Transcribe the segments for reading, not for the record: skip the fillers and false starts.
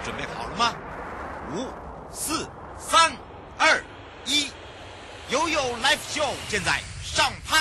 准备好了吗？5、4、3、2、1，悠悠 Live Show 现在上拍。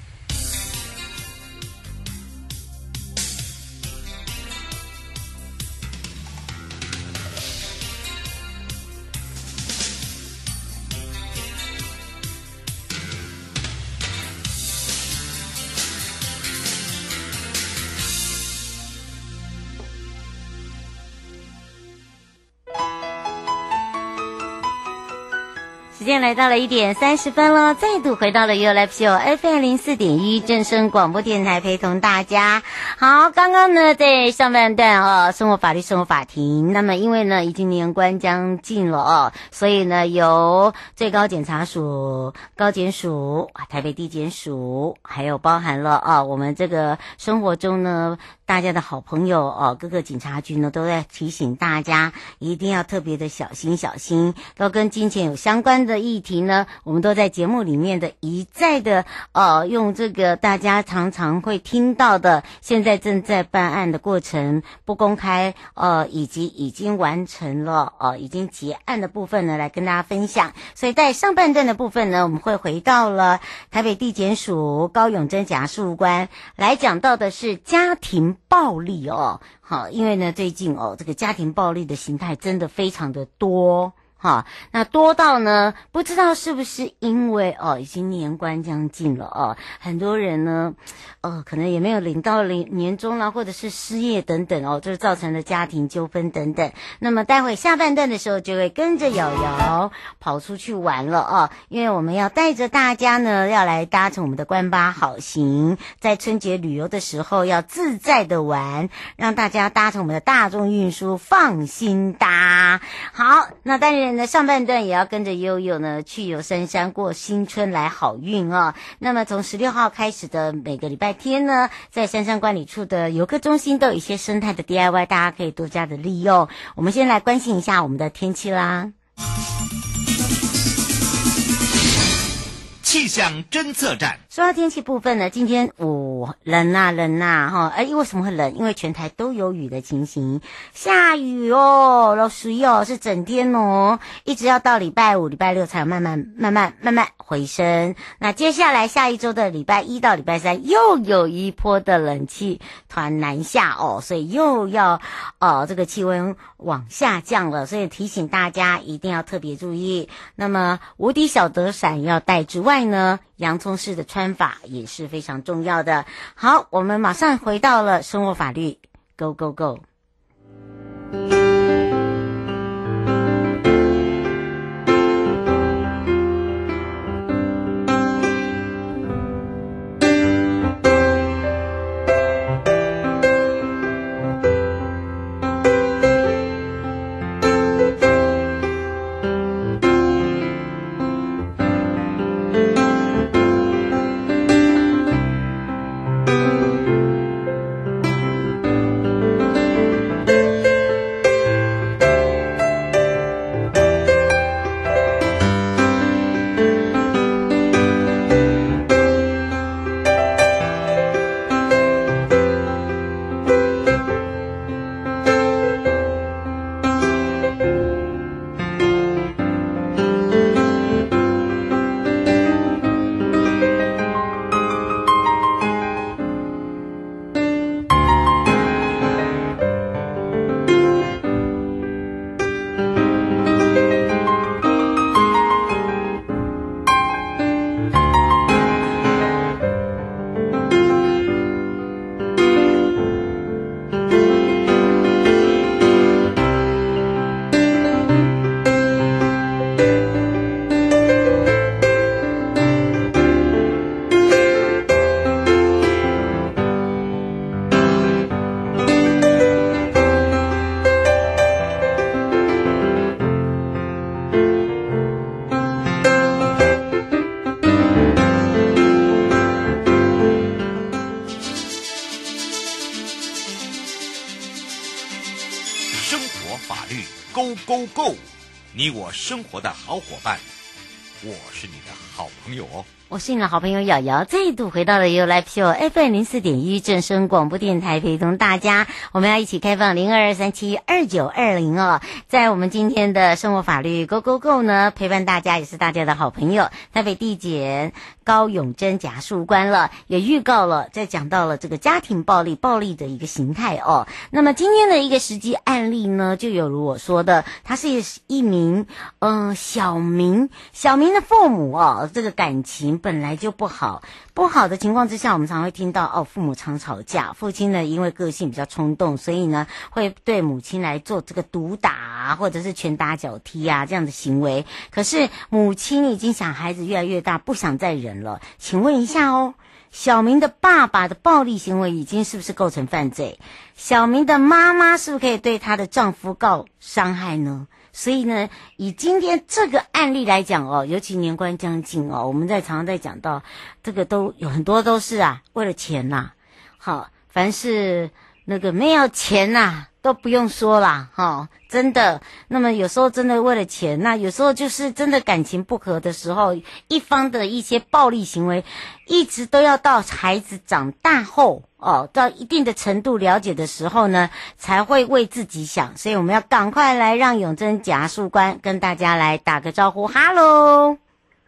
时间来到了1点30分了，再度回到了 You Live Show FM 04.1正声广播电台，陪同大家。好，刚刚呢在上半段生活法律生活法庭，那么因为呢已经年关将近了所以呢由最高检察署、高检署、台北地检署，还有包含了我们这个生活中呢大家的好朋友各个警察局呢都在提醒大家一定要特别的小心，都跟金钱有相关的议题呢，我们都在节目里面的一再的用这个大家常常会听到的现在正在办案的过程不公开以及已经完成了已经结案的部分呢来跟大家分享。所以在上半段的部分呢，我们会回到了台北地检署高永贞检察事务官来讲到的是家庭暴力好，因为呢最近这个家庭暴力的形态真的非常的多那多到呢不知道是不是因为已经年关将近了很多人呢可能也没有领到年终啦，或者是失业等等就是造成了家庭纠纷等等。那么待会下半段的时候就会跟着瑶瑶跑出去玩了因为我们要带着大家呢要来搭乘我们的观巴好行，在春节旅游的时候要自在的玩，让大家搭乘我们的大众运输放心搭。好，那当然呢上半段也要跟着悠悠呢去游深山过新春来好运那么从16号开始的每个礼拜天呢，在山上管理处的游客中心都有一些生态的 DIY， 大家可以多加的利用。我们先来关心一下我们的天气啦。 气象侦测站。 说到天气部分呢，今天冷啊为什么会冷？因为全台都有雨的情形，下雨老师是整天一直要到礼拜5、礼拜6才有慢慢回升。那接下来下一周的礼拜1到礼拜3又有一波的冷气团南下所以又要这个气温往下降了，所以提醒大家一定要特别注意。那么无敌小德伞要带之外呢，洋葱式的穿法也是非常重要的。好，我们马上回到了生活法律 Go Go Go。 Go Go Go， 你我生活的好伙伴，我是你的好朋友哦。 我是你的好朋友瑶瑶，再度回到了 You Live Show FM04.1正声广播电台，陪同大家，我们要一起开放02372920哦。在我们今天的生活法律 Go Go Go 呢，陪伴大家也是大家的好朋友，台北地检高永贞检察官了，也预告了，在讲到了这个家庭暴力的一个形态哦。那么今天的一个实际案例呢，就有如我说的，他是一名小明的父母哦，这个感情本来就不好的情况之下，我们常会听到父母常吵架，父亲呢因为个性比较冲动，所以呢会对母亲来做这个毒打啊，或者是拳打脚踢啊这样的行为。可是母亲已经想孩子越来越大，不想再忍了。请问一下哦，小明的爸爸的暴力行为已经是不是构成犯罪？小明的妈妈是不是可以对她的丈夫告伤害呢？所以呢，以今天这个案例来讲哦，尤其年关将近哦，我们常常在讲到这个都有很多都是为了钱呐。好，凡是那个没有钱呐，都不用说啦，真的。那么有时候真的为了钱，那有时候就是真的感情不和的时候，一方的一些暴力行为，一直都要到孩子长大后到一定的程度了解的时候呢，才会为自己想。所以我们要赶快来让永贞检察官跟大家来打个招呼。Hello，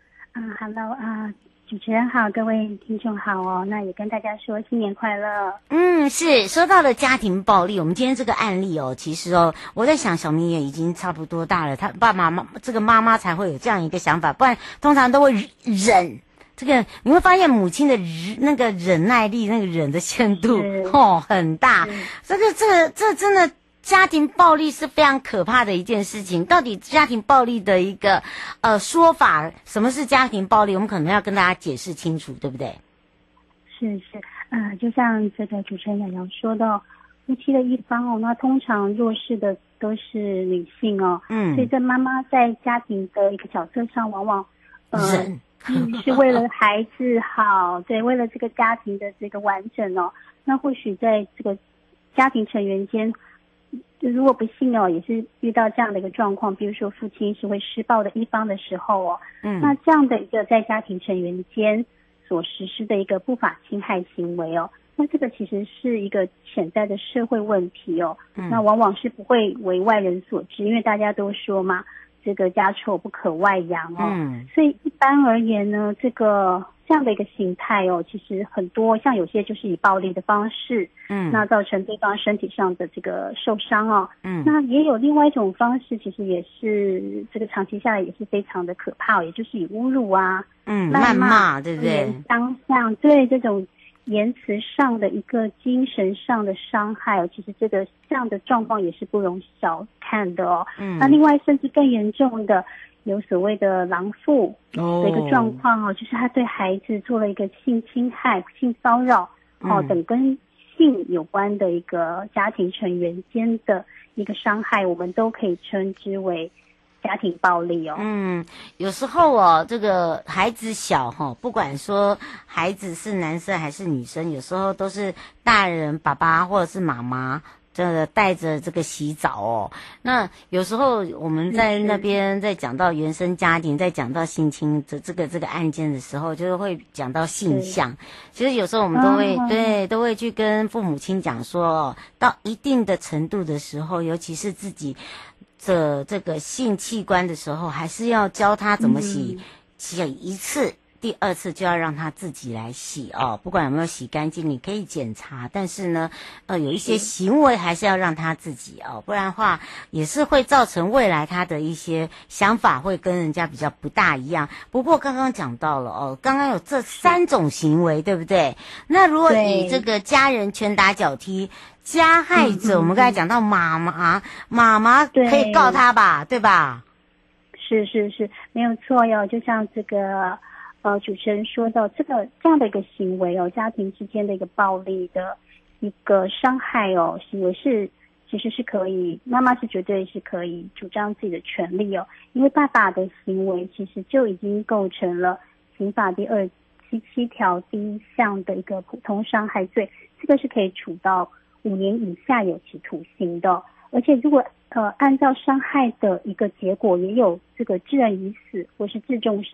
Hello 主持人好，各位听众好哦，那也跟大家说新年快乐。 是说到了家庭暴力，我们今天这个案例其实我在想小明也已经差不多大了，他爸爸妈妈这个妈妈才会有这样一个想法，不然通常都会忍。这个你会发现母亲的那个忍耐力，那个忍的限度很大。这真的家庭暴力是非常可怕的一件事情。到底家庭暴力的一个说法，什么是家庭暴力，我们可能要跟大家解释清楚，对不对？ 是就像这个主持人瑶瑶说的，夫妻的一方那通常弱势的都是女性所以在妈妈在家庭的一个角色上，往往是为了孩子好，对，为了这个家庭的这个完整那或许在这个家庭成员间，如果不幸也是遇到这样的一个状况，比如说父亲是会施暴的一方的时候那这样的一个在家庭成员间所实施的一个不法侵害行为那这个其实是一个潜在的社会问题那往往是不会为外人所知，因为大家都说嘛，这个家丑不可外扬所以一般而言呢，这样的一个形态其实很多，像有些就是以暴力的方式那造成对方身体上的这个受伤那也有另外一种方式，其实也是这个长期下来也是非常的可怕也就是以侮辱谩骂，对不对？ 当下对这种言辞上的一个精神上的伤害其实这样的状况也是不容小看的那另外甚至更严重的有所谓的狼父的一个状况就是他对孩子做了一个性侵害、性骚扰等跟性有关的一个家庭成员间的一个伤害，我们都可以称之为家庭暴力有时候这个孩子小不管说孩子是男生还是女生，有时候都是大人爸爸或者是妈妈这个带着这个洗澡那有时候我们在那边在讲到原生家庭，在讲到性侵这个案件的时候，就是会讲到性向。其实有时候我们都会去跟父母亲讲说到一定的程度的时候，尤其是自己这个性器官的时候，还是要教他怎么洗一次，第二次就要让他自己来洗不管有没有洗干净，你可以检查，但是呢有一些行为还是要让他自己不然的话也是会造成未来他的一些想法会跟人家比较不大一样。不过刚刚讲到了刚刚有这3种行为，对不对？那如果以这个家人拳打脚踢加害者，我们刚才讲到妈妈可以告他吧，对吧？ 是没有错就像这个主持人说到这样的一个行为家庭之间的一个暴力的一个伤害行为其实是可以，妈妈是绝对是可以主张自己的权利因为爸爸的行为其实就已经构成了刑法第277条第1项的一个普通伤害罪，这个是可以处到5年以下有期徒刑的。而且如果按照伤害的一个结果也有这个致人于死或是致重伤，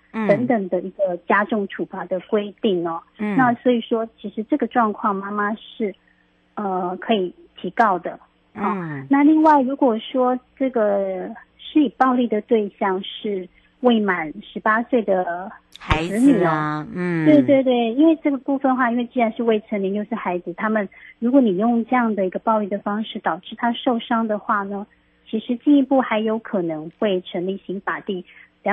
等等的一个加重处罚的规定哦。那所以说，其实这个状况妈妈是可以提告的。那另外如果说这个施以暴力的对象是未满18岁的孩子啊， 对对对，因为这个部分的话，因为既然是未成年又是孩子，他们如果你用这样的一个暴力的方式导致他受伤的话呢，其实进一步还有可能会成立刑法第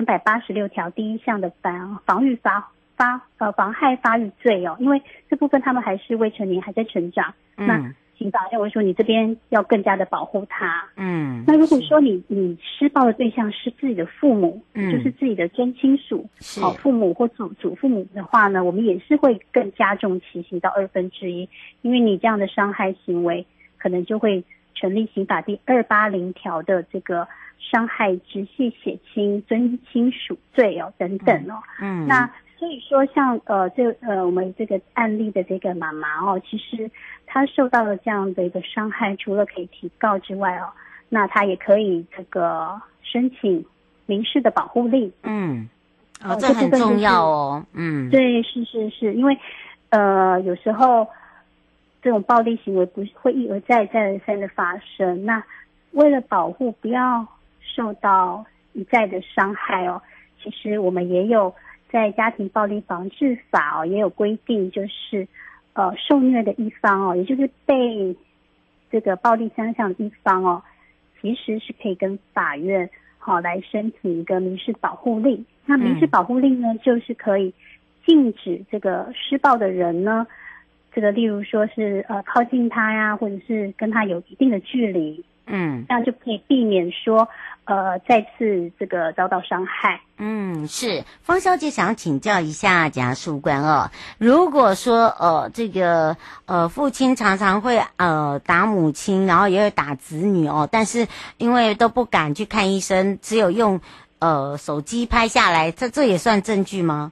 286条第1项的妨害发育罪哦，因为这部分他们还是未成年，还在成长。那刑法认为说你这边要更加的保护他。那如果说你施暴的对象是自己的父母，就是自己的真亲属，父母或祖父母的话呢，我们也是会更加重其刑到1/2，因为你这样的伤害行为可能就会成立刑法第280条的这个伤害直系血亲尊亲属罪哦等等哦。那所以说像我们这个案例的这个妈妈哦，其实她受到了这样的一个伤害，除了可以提告之外哦，那她也可以这个申请民事的保护令。 这很重要哦。 对，是，因为有时候这种暴力行为不是会一而再再而三的发生，那为了保护不要受到一再的伤害哦，其实我们也有在家庭暴力防治法也有规定，就是受虐的一方也就是被这个暴力相向的一方其实是可以跟法院来申请一个民事保护令。那民事保护令呢，就是可以禁止这个施暴的人呢，这个例如说是靠近他呀，或者是跟他有一定的距离。这样就可以避免说再次这个遭到伤害。 是方小姐想请教一下检察事官如果说这个父亲常常会打母亲，然后也会打子女但是因为都不敢去看医生，只有用手机拍下来，这也算证据吗？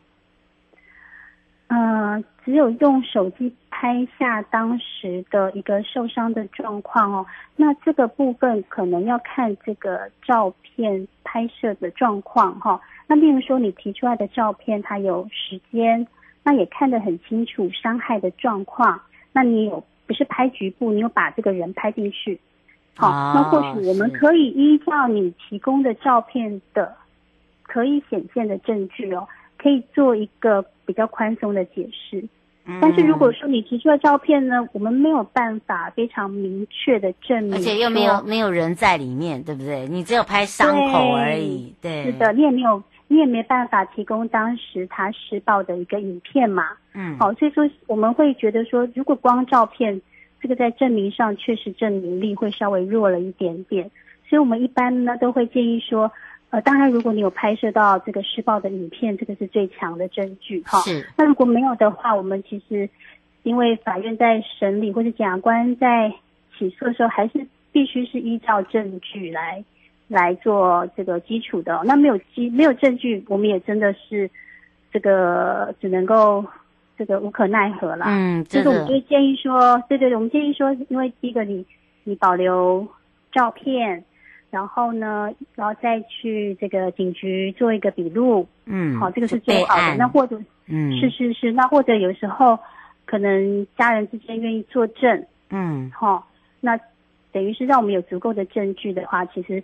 只有用手机拍下当时的一个受伤的状况那这个部分可能要看这个照片拍摄的状况那例如说你提出来的照片它有时间，那也看得很清楚伤害的状况，那你有不是拍局部，你有把这个人拍进去那或许我们可以依照你提供的照片的可以显现的证据可以做一个比较宽松的解释。但是如果说你提出的照片呢，我们没有办法非常明确的证明， 而且又没有人在里面，对不对？你只有拍伤口而已。对， 是的，你也没办法提供当时他施暴的一个影片嘛。所以说我们会觉得说，如果光照片，这个在证明上确实证明力会稍微弱了一点点，所以我们一般呢都会建议说当然如果你有拍摄到这个施暴的影片，这个是最强的证据是。 那如果没有的话，我们其实因为法院在审理或者检察官在起诉的时候，还是必须是依照证据来做这个基础的那没有证据，我们也真的是这个只能够这个无可奈何啦。就是我们就建议说，对，我们建议说，因为第一个你保留照片，然后再去这个警局做一个笔录，这个是最好的。那或者是，那或者有时候可能家人之间愿意作证，那等于是让我们有足够的证据的话，其实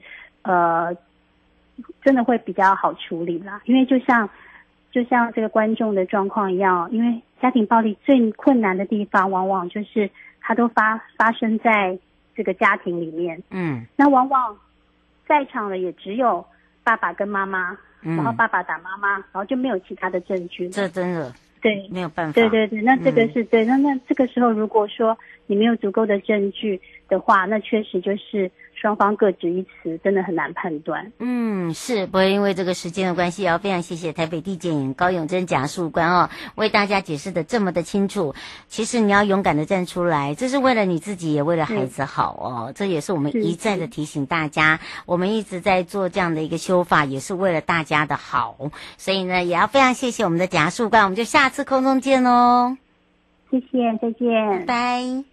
真的会比较好处理啦。因为就像这个观众的状况一样，因为家庭暴力最困难的地方，往往就是它都发生在这个家庭里面。那往往在场的也只有爸爸跟妈妈，然后爸爸打妈妈，然后就没有其他的证据。 这真的对， 没有办法。 对，那这个是对。那这个时候，如果说你没有足够的证据的话，那确实就是双方各执一词，真的很难判断。 是。不过因为这个时间的关系，要非常谢谢台北地检员高永贞检察事官为大家解释的这么的清楚。其实你要勇敢的站出来，这是为了你自己，也为了孩子好这也是我们一再的提醒大家，我们一直在做这样的一个修法，也是为了大家的好。所以呢，也要非常谢谢我们的检察事官，我们就下次空中见哦。 谢谢，再见， 拜拜。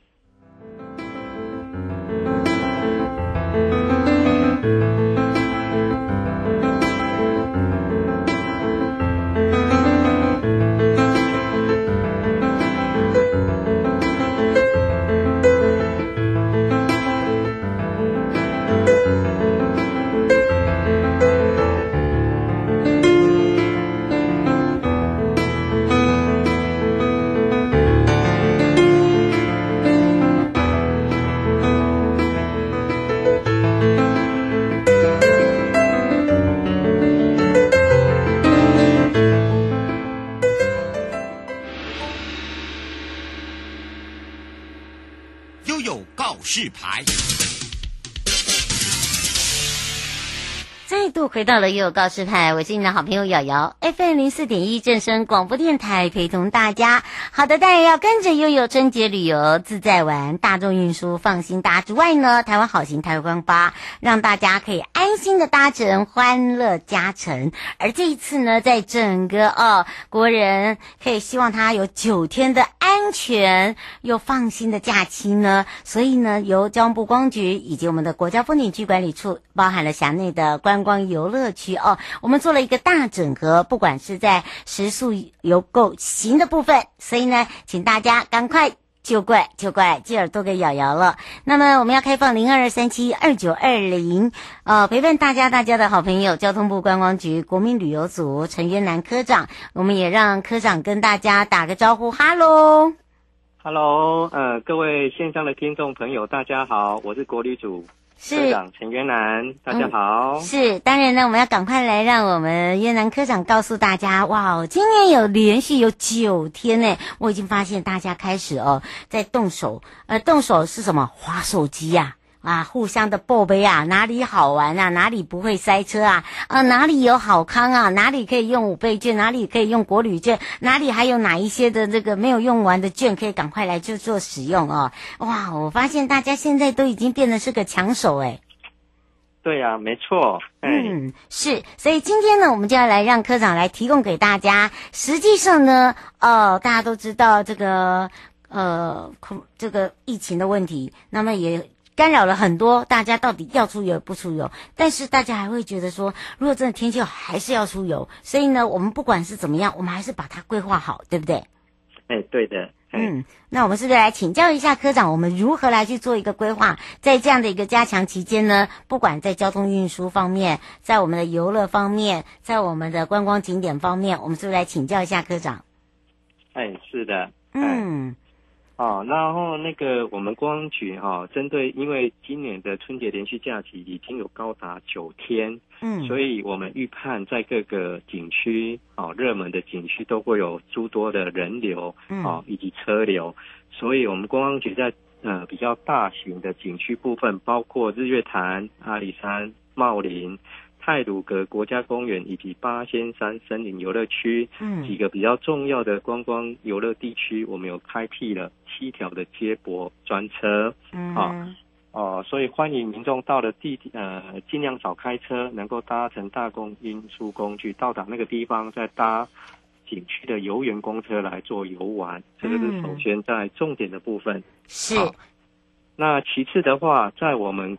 再度回到了悠悠告示牌，我是你的好朋友瑶瑶 ，FM04.1正声广播电台，陪同大家。好的，当然要跟着悠悠春节旅游自在玩，大众运输放心搭之外呢，台湾好行台湾吧，让大家可以安心的搭乘欢乐加成。而这一次呢，在整个国人可以希望他有9天的安全又放心的假期呢，所以呢，由交通部观光局以及我们的国家风景区管理处，包含了辖内的观光游乐区我们做了一个大整合，不管是在食宿游购行的部分，所以呢，请大家赶快就过来借耳朵给瑶瑶了。那么我们要开放02372920，陪伴大家的好朋友交通部观光局国民旅游组陈渊南科长，我们也让科长跟大家打个招呼，哈喽。 Hello， 各位线上的听众朋友，大家好，我是国旅组科长陈渊南，大家好。 是，当然呢，我们要赶快来让我们渊南科长告诉大家，哇，今年连续有9天呢，我已经发现大家开始在动手是什么？滑手机呀。互相的报备啊，哪里好玩啊，哪里不会塞车啊，哪里有好康啊，哪里可以用5倍券，哪里可以用国旅券，哪里还有哪一些的这个没有用完的券可以赶快来就做使用哇，我发现大家现在都已经变得是个抢手对啊，没错。 是，所以今天呢，我们就要来让科长来提供给大家。实际上呢，大家都知道这个疫情的问题，那么也干扰了很多大家到底要出游不出游，但是大家还会觉得说，如果真的天气好，还是要出游。所以呢，我们不管是怎么样，我们还是把它规划好，对不对？ 对的。 那我们是不是来请教一下科长，我们如何来去做一个规划？在这样的一个加强期间呢，不管在交通运输方面，在我们的游乐方面，在我们的观光景点方面，我们是不是来请教一下科长？ 是的。然后我们观光局针对因为今年的春节连续假期已经有高达9天，所以我们预判在各个景区热门的景区都会有诸多的人流以及车流，所以我们观光局在比较大型的景区部分，包括日月潭、阿里山、茂林、太鲁阁国家公园以及八仙山森林游乐区几个比较重要的观光游乐地区，我们有开辟了7条的接驳专车所以欢迎民众到了尽量少开车，能够搭乘大众运输工具到达那个地方，再搭景区的游园公车来做游玩，这个是首先在重点的部分。 是。 那其次的话，在我们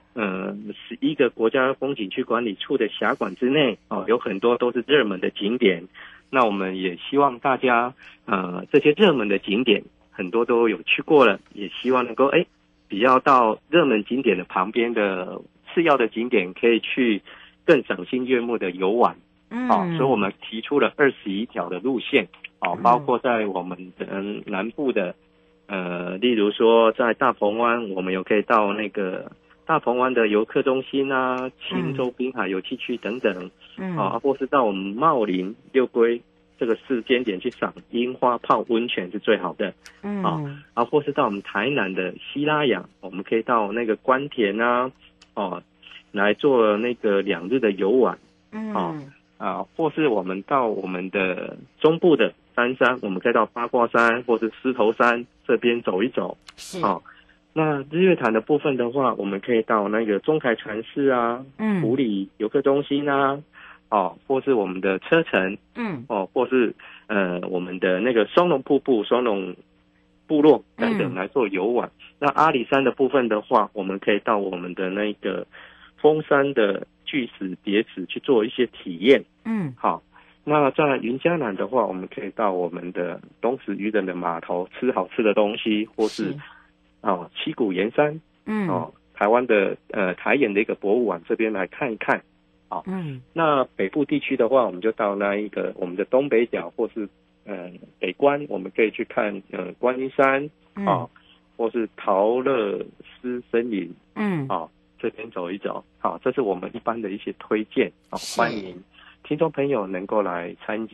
11个国家风景区管理处的辖管之内有很多都是热门的景点。那我们也希望大家这些热门的景点很多都有去过了，也希望能够比较到热门景点的旁边的次要的景点可以去更赏心悦目的游玩。所以我们提出了21条的路线包括在我们的南部的例如说在大鹏湾，我们有可以到那个大鹏湾的游客中心啊、青州滨海游憩区等等或是到我们茂林、六龟这个4间点去赏樱花泡温泉是最好的或是到我们台南的西拉雅，我们可以到那个关田来做那个2日的游玩或是我们到我们的中部的三山，我们可以到八卦山或是狮头山这边走一走。那日月潭的部分的话，我们可以到那个中台禅寺啊、埔里游客中心啊或是我们的车城或是我们的那个双龙瀑布、双龙部落等等来做游玩。那阿里山的部分的话，我们可以到我们的那个峰山的巨石叠石去做一些体验。那在云嘉南的话，我们可以到我们的东石渔人的码头吃好吃的东西，或是七股盐山台湾的台盐的一个博物馆这边来看一看。那北部地区的话，我们就到那一个我们的东北角或是北关，我们可以去看观音山或是陶乐斯森林这边走一走。这是我们一般的一些推荐欢迎听众朋友能够来参与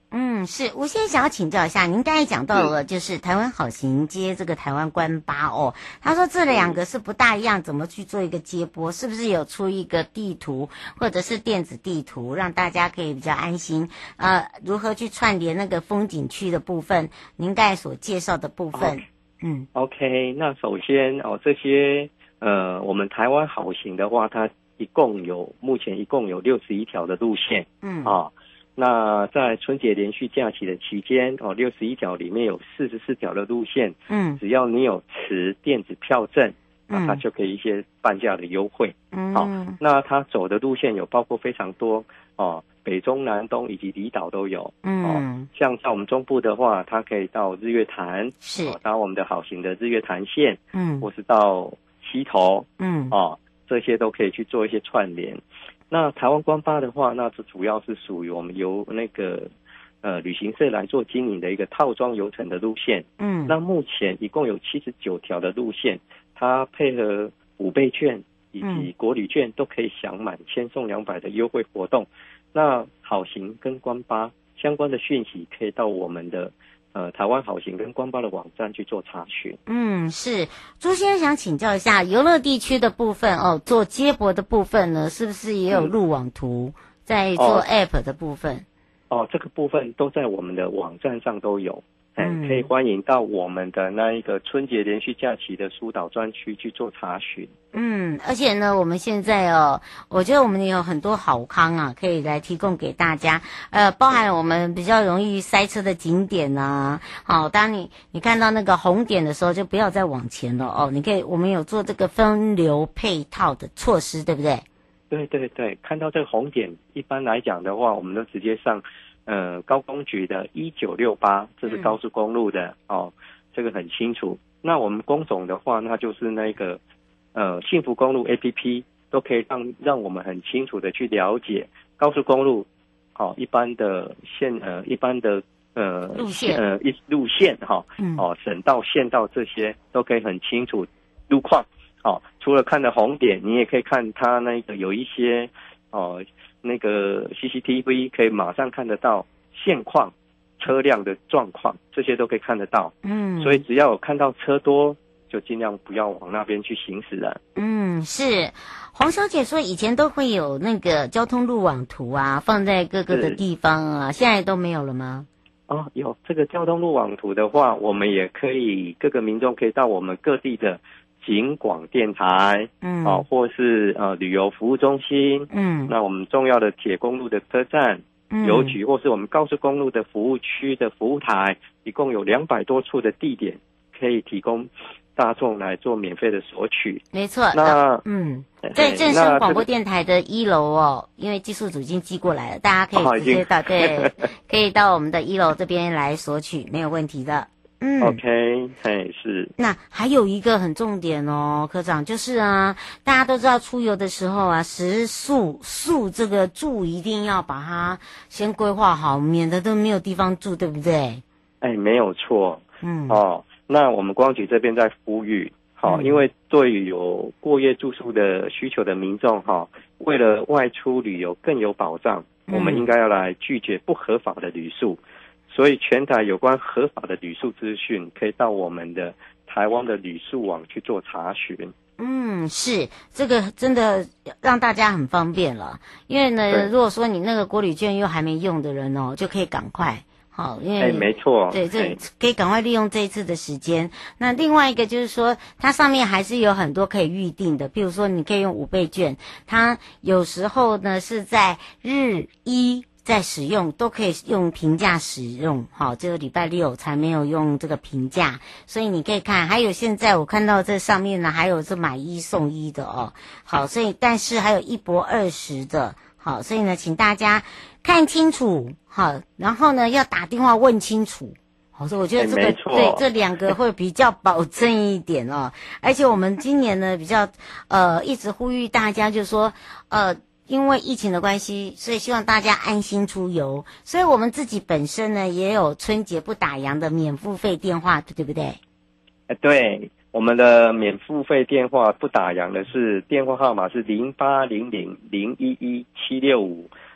是，我现在想要请教一下，您刚才讲到了就是台湾好行接这个台湾关八哦，他说这两个是不大一样，怎么去做一个接驳？是不是有出一个地图或者是电子地图，让大家可以比较安心？如何去串联那个风景区的部分？您刚才所介绍的部分 ，OK， 那首先这些我们台湾好行的话，它目前一共有61条的路线，那在春节连续假期的期间，61条里面有44条的路线，只要你有持电子票证，它就可以一些半价的优惠，那它走的路线有包括非常多北中南东以及离岛都有，像在我们中部的话，它可以到日月潭，是到我们的好行的日月潭线，或是到溪头，这些都可以去做一些串联。那台湾关八的话，那这主要是属于我们由那个旅行社来做经营的一个套装游程的路线。那目前一共有79条的路线，它配合5倍券以及国旅券都可以享满1000送200的优惠活动。那好行跟关八相关的讯息，可以到我们的台湾好行跟关八的网站去做查询。 是朱先生想请教一下，游乐地区的部分做接驳的部分呢，是不是也有路网图在做 App 的部分？ 这个部分都在我们的网站上都有。可以欢迎到我们的那一个春节连续假期的疏导专区去做查询。 而且呢，我们现在我觉得我们也有很多好康啊，可以来提供给大家。包含我们比较容易塞车的景点啊。当你看到那个红点的时候，就不要再往前了我们有做这个分流配套的措施，对不对？ 对对对，看到这个红点，一般来讲的话，我们都直接上高公局的1968，这是高速公路的这个很清楚。那我们公总的话，那就是那个幸福公路 APP 都可以让我们很清楚的去了解高速公路一般的路线省道县道这些都可以很清楚路况。除了看的红点，你也可以看它那个有一些那个 CCTV 可以马上看得到现况、车辆的状况，这些都可以看得到。所以只要有看到车多，就尽量不要往那边去行驶了。 是。黄小姐说以前都会有那个交通路网图啊，放在各个的地方啊，现在都没有了吗？ 有这个交通路网图的话，我们也可以各个民众可以到我们各地的警广电台，或是旅游服务中心，那我们重要的铁公路的车站、邮局，或是我们高速公路的服务区的服务台，一共有200多处的地点可以提供大众来做免费的索取。 没错。那在正声广播电台的1楼因为技术组已经寄过来了，大家可以直接到可以到我们的1楼这边来索取，没有问题的。 OK， 是。 那还有一个很重点科长，就是大家都知道出游的时候食宿这个住一定要把它先规划好，免得都没有地方住，对不对？ 没有错。那我们公安局这边在呼吁，因为对于有过夜住宿的需求的民众为了外出旅游更有保障，我们应该要来拒绝不合法的旅宿。所以全台有关合法的旅宿资讯，可以到我们的台湾的旅宿网去做查询。 是，这个真的让大家很方便了。因为呢，如果说你那个国旅券又还没用的人就可以赶快。因为没错， 对，这可以赶快利用这一次的时间。那另外一个就是说，它上面还是有很多可以预定的，比如说你可以用5倍券，它有时候呢是在日1在使用，都可以用平价使用。这个礼拜6才没有用这个平价，所以你可以看。还有现在我看到这上面呢，还有这买1送1的所以但是还有1博20的。所以呢，请大家看清楚，然后呢要打电话问清楚。所以我觉得这个对这2个会比较保证一点而且我们今年呢比较一直呼吁大家，就是说因为疫情的关系，所以希望大家安心出游。所以我们自己本身呢也有春节不打烊的免付费电话，对不对？ 对，我们的免付费电话不打烊的是电话号码是0800011765，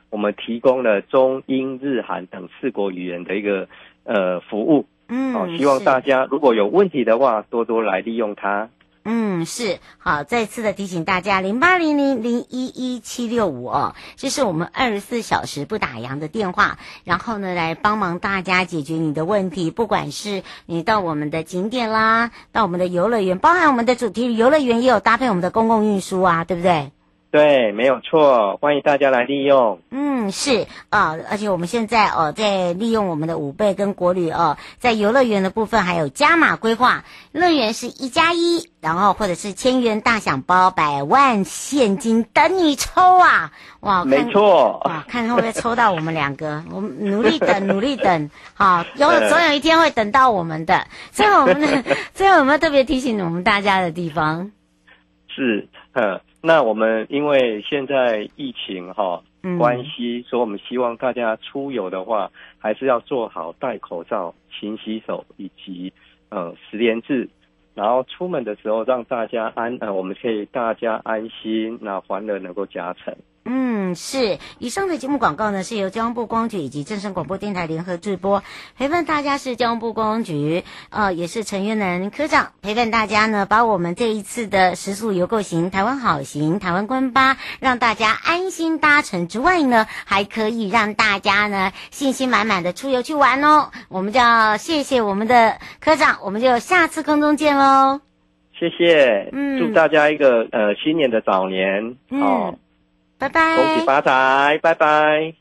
我们提供了中英日韩等4国语言的一个服务。希望大家如果有问题的话，多多来利用它。 是好，再次的提醒大家，0800011765哦，这是我们24小时不打烊的电话，然后呢，来帮忙大家解决你的问题，不管是你到我们的景点啦，到我们的游乐园，包含我们的主题游乐园也有搭配我们的公共运输啊，对不对？ 对，没有错，欢迎大家来利用。 是而且我们现在在利用我们的5倍跟国旅在游乐园的部分还有加码规划，乐园是1+1，然后或者是1000元大享包100万现金等你抽啊！哇， 没错， 哇，看会不会抽到我们2个，我们努力等，努力等，好，总有一天会等到我们的。所以我们特别提醒我们大家的地方是那我们因为现在疫情关系，所以我们希望大家出游的话，还是要做好戴口罩、勤洗手以及10连制，然后出门的时候让大家我们可以大家安心，那欢乐能够加成。 是。以上的节目广告呢，是由交通部公局以及正声广播电台联合制播，陪伴大家是交通部公局，也是陈约南科长陪伴大家呢，把我们这一次的时速游购行、台湾好行、台湾观巴，让大家安心搭乘之外呢，还可以让大家呢信心满满的出游去玩哦。我们就要谢谢我们的科长，我们就下次空中见喽。 谢谢，祝大家一个新年的早年， 拜拜， 恭喜发财，拜拜。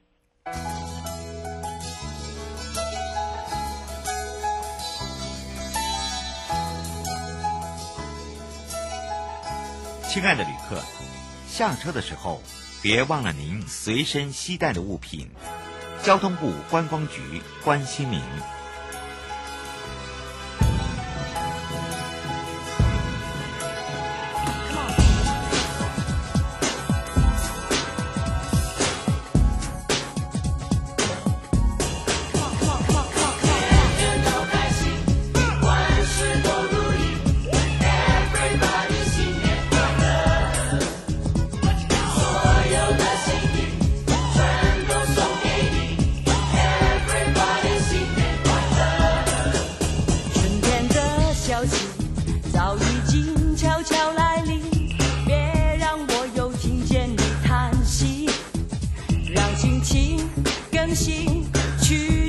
亲爱的旅客，下车的时候别忘了您随身携带的物品。交通部观光局关心您。 更新去